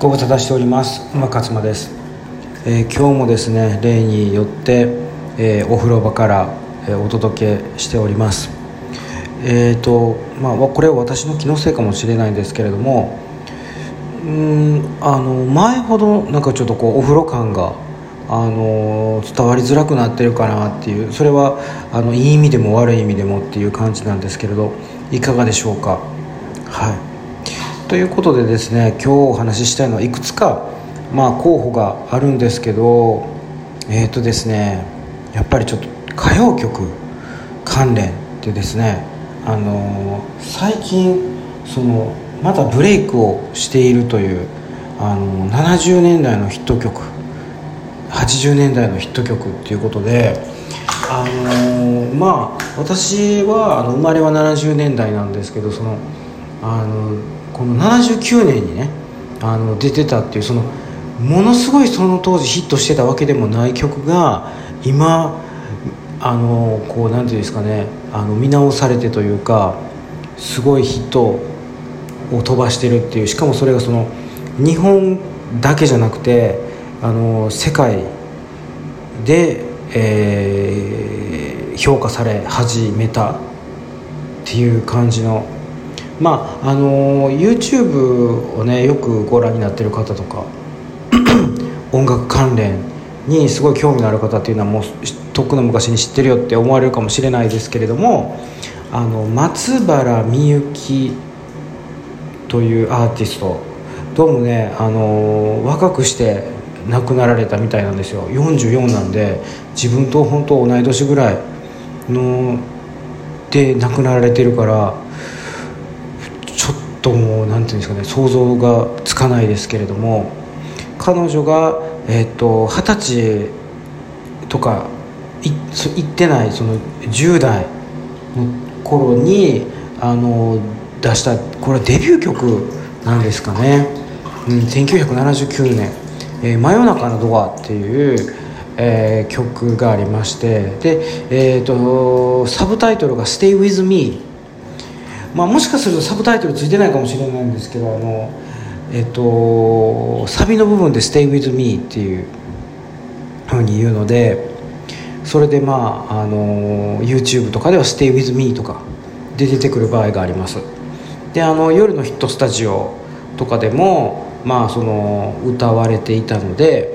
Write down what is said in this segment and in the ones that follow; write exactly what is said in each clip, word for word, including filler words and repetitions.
ご無沙汰しております。馬勝間です。えー、今日もですね、例によって、えー、お風呂場から、えー、お届けしております。えーとまあ、これは私の気のせいかもしれないんですけれども、うーんあの前ほどなんかちょっとこうお風呂感が、あのー、伝わりづらくなってるかなっていう、それはあのいい意味でも悪い意味でもっていう感じなんですけれど、いかがでしょうか。はいということでですね、今日お話ししたいのはいくつか、まあ、候補があるんですけど、えーとですね、やっぱりちょっと歌謡曲関連でですね、あのー、最近そのまたブレイクをしているという、あのー、ななじゅうねんだいのヒット曲、はちじゅうねんだいのヒット曲っていうことで、あのー、まあ私はあの生まれはななじゅうねんだいなんですけど、そのあのこのななじゅうきゅうねんにね、あの出てたっていう、そのものすごいその当時ヒットしてたわけでもない曲が今、あのこうなんていうんですかね、あの見直されてというか、すごいヒットを飛ばしてるっていう、しかもそれがその日本だけじゃなくて、あの世界で、えー、評価され始めたっていう感じの、まああの YouTube をねよくご覧になっている方とか音楽関連にすごい興味のある方っていうのはもうとっくの昔に知ってるよって思われるかもしれないですけれども、あの松原みゆきというアーティスト、どうもね、あの若くして亡くなられたみたいなんですよ。よんじゅうよんなんで、自分と本当同い年ぐらいので亡くなられてるから、ちょっともうなんていうんですかね、想像がつかないですけれども、彼女がえっと二十歳とかいいってない、そのじゅう代の頃にあの出した、これはデビュー曲なんですかね、うん、せんきゅうひゃくななじゅうきゅうねん、えー、真夜中のドアっていう、えー、曲がありまして、で、えーとサブタイトルが Stay with me、まあ、もしかするとサブタイトルついてないかもしれないんですけど、あの、えっと、サビの部分で Stay with me っていう風に言うので、それでまあ、あの YouTube とかでは Stay with me とかで出てくる場合があります。で、あの夜のヒットスタジオとかでも、まあ、その歌われていたので、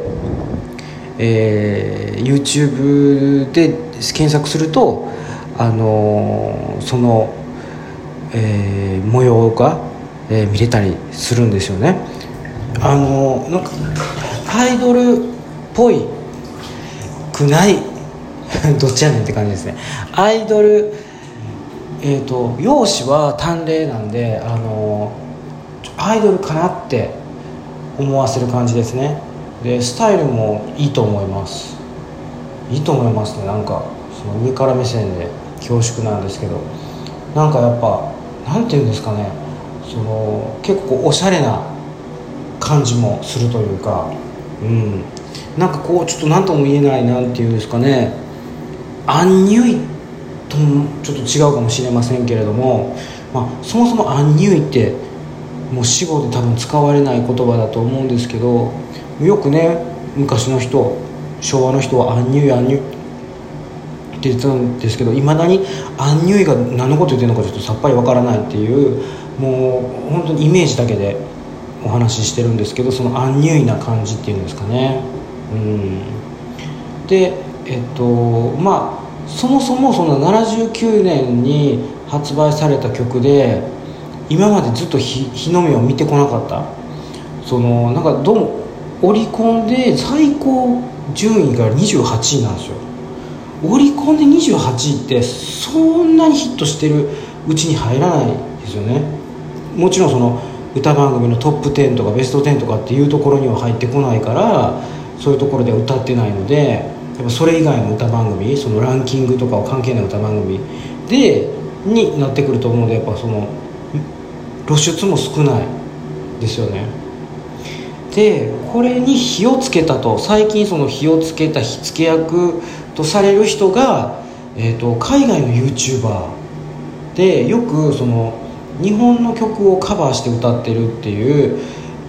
えー、YouTube で検索すると、あのそのえー、模様が、えー、見れたりするんですよね。あのなんかアイドルっぽいくないどっちやねんって感じですね。アイドル、えーと容姿は淡麗なんで、あのアイドルかなって思わせる感じですね。でスタイルもいいと思いますいいと思いますね。なんかその上から目線で恐縮なんですけど、なんかやっぱなんていうんですかね、その結構おしゃれな感じもするというか、うん、なんかこうちょっと何とも言えない、なんていうんですかね、アンニュイともちょっと違うかもしれませんけれども、まあ、そもそもアンニュイってもう死語で多分使われない言葉だと思うんですけど、よくね昔の人、昭和の人はアンニュイアンニュイって言ってたんですけど、いまだにアンニュイが何のこと言ってるのかちょっとさっぱりわからないっていう、もう本当にイメージだけでお話ししてるんですけど、そのアンニュイな感じっていうんですかね、うん、でえっとまあそもそもそのななじゅうきゅうねんに発売された曲で、今までずっと 日, 日の目を見てこなかった、そのなんかどうもオリコンで最高順位がにじゅうはちいなんですよ。オリコンでにじゅうはちいってそんなにヒットしてるうちに入らないですよね。もちろんその歌番組のトップじゅうとかベストじゅうとかっていうところには入ってこないから、そういうところでは歌ってないので、やっぱそれ以外の歌番組、そのランキングとかは関係ない歌番組でになってくると思うので、やっぱその露出も少ないですよね。でこれに火をつけたと、最近その火をつけた火付け役とされる人が、えーと、海外の YouTuber でよくその日本の曲をカバーして歌ってるっていう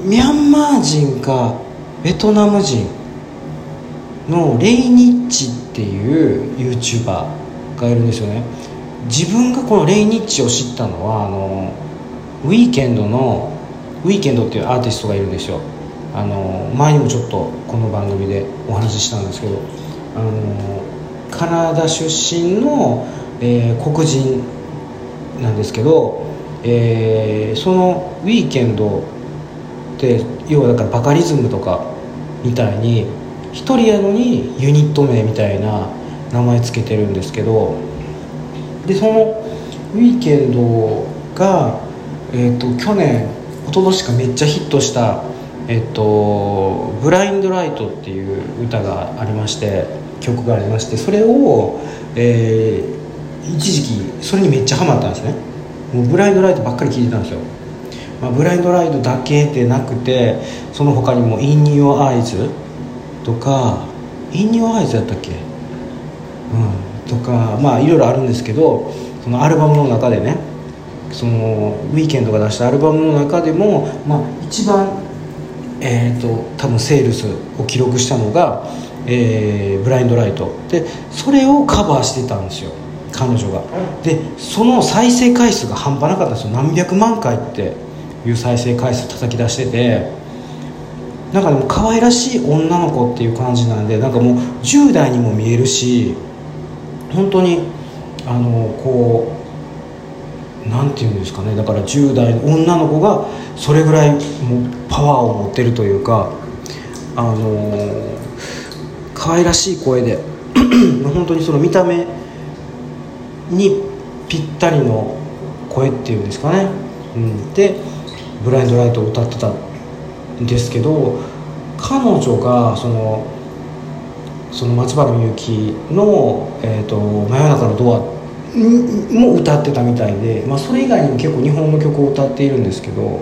ミャンマー人かベトナム人のレイニッチっていう YouTuber がいるんですよね。自分がこのレイニッチを知ったのはあのウィーケンドのウィーケンドっていうアーティストがいるんですよ。あの前にもちょっとこの番組でお話ししたんですけど、あのカナダ出身の、えー、黒人なんですけど、えー、そのウィーケンドって要はだからバカリズムとかみたいに一人やのにユニット名みたいな名前つけてるんですけど、でそのウィーケンドが、えー、と去年一昨年かめっちゃヒットした、えー、とブラインドライトっていう歌がありまして曲がありまして、それを、えー、一時期それにめっちゃハマったんですね。もうブラインドライトばっかり聴いてたんですよ。まあ、ブラインドライトだけでなくてその他にも In Your Eyes とか In Your Eyes だったっけ、うん、とかまあいろいろあるんですけど、そのアルバムの中でね、そのウィーケンドが出したアルバムの中でも、まあ、一番、えー、と多分セールスを記録したのが、えー、ブラインドライトで、それをカバーしてたんですよ彼女が。でその再生回数が半端なかったんですよ。何百万回っていう再生回数叩き出してて、なんかでも可愛らしい女の子っていう感じなんで、なんかもうじゅう代にも見えるし、本当にあのこうなんていうんですかね、だからじゅう代の女の子がそれぐらいもうパワーを持ってるというか、あの可愛らしい声で本当にその見た目にぴったりの声っていうんですかね、うん、でブラインドライトを歌ってたんですけど、彼女がそのその松原みゆきの、えーと「真夜中のドア」も歌ってたみたいで、まあ、それ以外にも結構日本の曲を歌っているんですけど、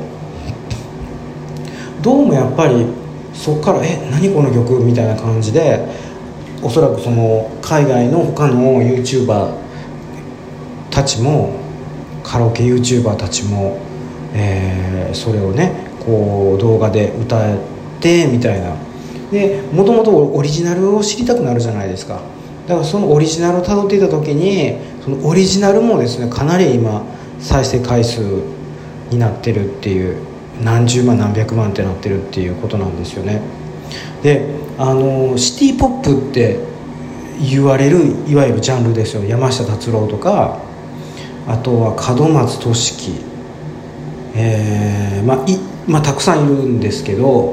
どうもやっぱりそっから「え何この曲?」みたいな感じで、おそらくその海外の他の YouTuber たちもカラオケ YouTuber たちも、えー、それをねこう動画で歌ってみたいなで、もともとオリジナルを知りたくなるじゃないですか。だからそのオリジナルを辿っていた時に、そのオリジナルもですねかなり今再生回数になってるっていう、何十万何百万ってなってるっていうことなんですよね。であのシティポップって言われるいわゆるジャンルですよ。山下達郎とか、あとは門松俊樹、えーまあいまあ、たくさんいるんですけど、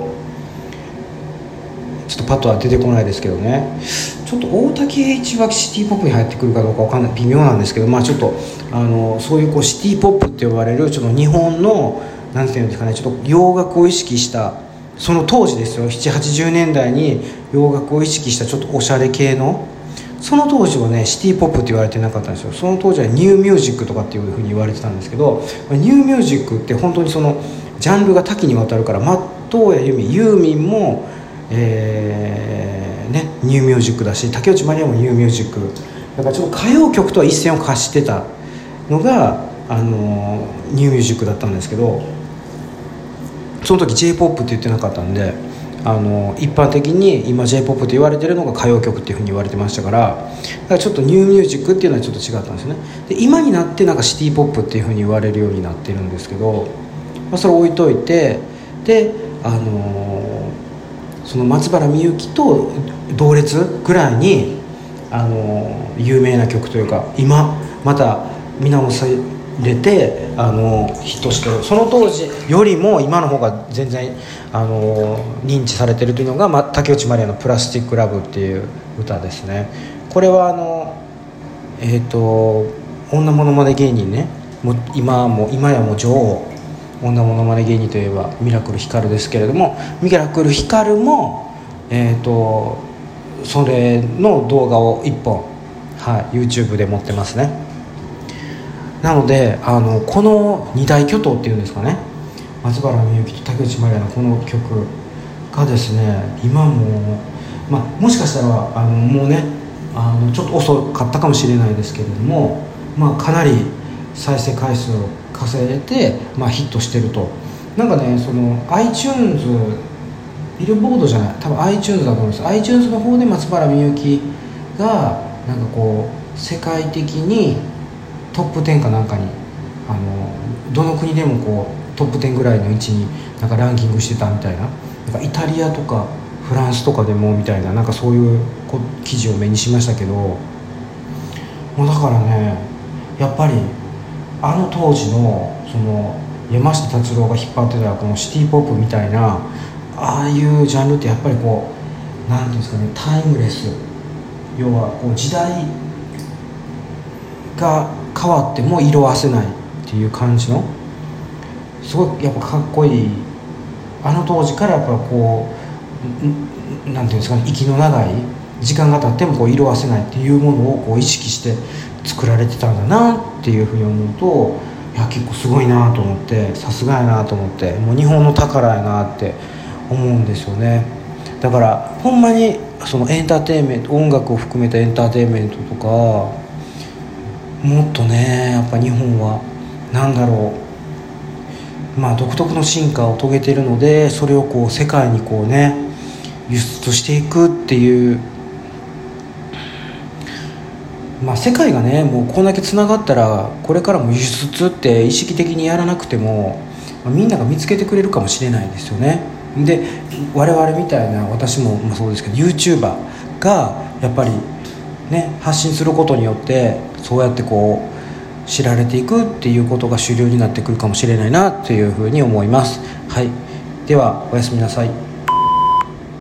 ちょっとパッとは出てこないですけどね。ちょっと大滝栄一はシティポップに入ってくるかどうかわかんない、微妙なんですけど、まあちょっとあのそういうこうシティポップって呼ばれるちょっと日本のなんていうんですかね、ちょっと洋楽を意識した、その当時ですよ、ななじゅうはちじゅうねんだいに洋楽を意識したちょっとおしゃれ系の、その当時はねシティポップって言われてなかったんですよ。その当時はニューミュージックとかっていうふうに言われてたんですけど、ニューミュージックって本当にそのジャンルが多岐にわたるから、松任谷由実ユーミンも、えーね、ニューミュージックだし、竹内まりやもニューミュージックだから、ちょっと歌謡曲とは一線を画してたのがあのニューミュージックだったんですけど、その時 J-ポップって言ってなかったんで、あの一般的に今 J-ポップと言われてるのが歌謡曲っていうふうに言われてましたから、だからちょっとニューミュージックっていうのはちょっと違ったんですよね。で今になってなんかシティポップっていうふうに言われるようになってるんですけど、まあ、それ置いといて、であのその松原みゆきと同列ぐらいにあの有名な曲というか、今また見直されてあのヒットしてる、その当時よりも今の方が全然あの認知されてるというのが、ま、竹内まりやのプラスティックラブっていう歌ですね。これはあのえっ、ー、と女モノマネ芸人ね、もう今も今やもう女王女モノマネ芸人といえばミラクルヒカルですけれども、ミラクルヒカルも、えー、とそれの動画をいっぽん、はい、YouTube で持ってますね。なのであのこの二大巨頭っていうんですかね、松原みゆきと竹内まりやのこの曲がですね、今も、まあ、もしかしたらあのもうねあのちょっと遅かったかもしれないですけれども、まあ、かなり再生回数を稼いでて、まあ、ヒットしてるとなんかねその iTunes ビルボードじゃない多分 iTunes だと思うんです。 iTunes の方で松原みゆきがなんかこう世界的にトップじゅうかなんかにあのどの国でもこうトップじゅうぐらいの位置になんかランキングしてたみたいな、なんかイタリアとかフランスとかでもみたいな、なんかそういう記事を目にしましたけど、もうだからねやっぱりあの当時のその山下達郎が引っ張ってたこのシティポップみたいなああいうジャンルってやっぱりこうなんていうんですかね、タイムレス、要はこう時代が変わっても色あせないっていう感じのすごいやっぱかっこいい、あの当時からやっぱこうなんていうんですかね、息の長い時間が経ってもこう色あせないっていうものをこう意識して作られてたんだなっていうふうに思うと、いや結構すごいなと思って、さすがやなと思って、もう日本の宝やなって思うんですよね。だからほんまにそのエンターテインメント、音楽を含めたエンターテインメントとかもっとねやっぱ日本はなんだろう、まあ独特の進化を遂げているので、それをこう世界にこうね輸出していくっていう、まあ世界がねもうこんだけつながったらこれからも輸出って意識的にやらなくても、まあ、みんなが見つけてくれるかもしれないですよね。で我々みたいな、私もまあそうですけど YouTuber がやっぱりね発信することによってそうやってこう知られていくっていうことが主流になってくるかもしれないなというふうに思います。はい、ではおやすみなさい。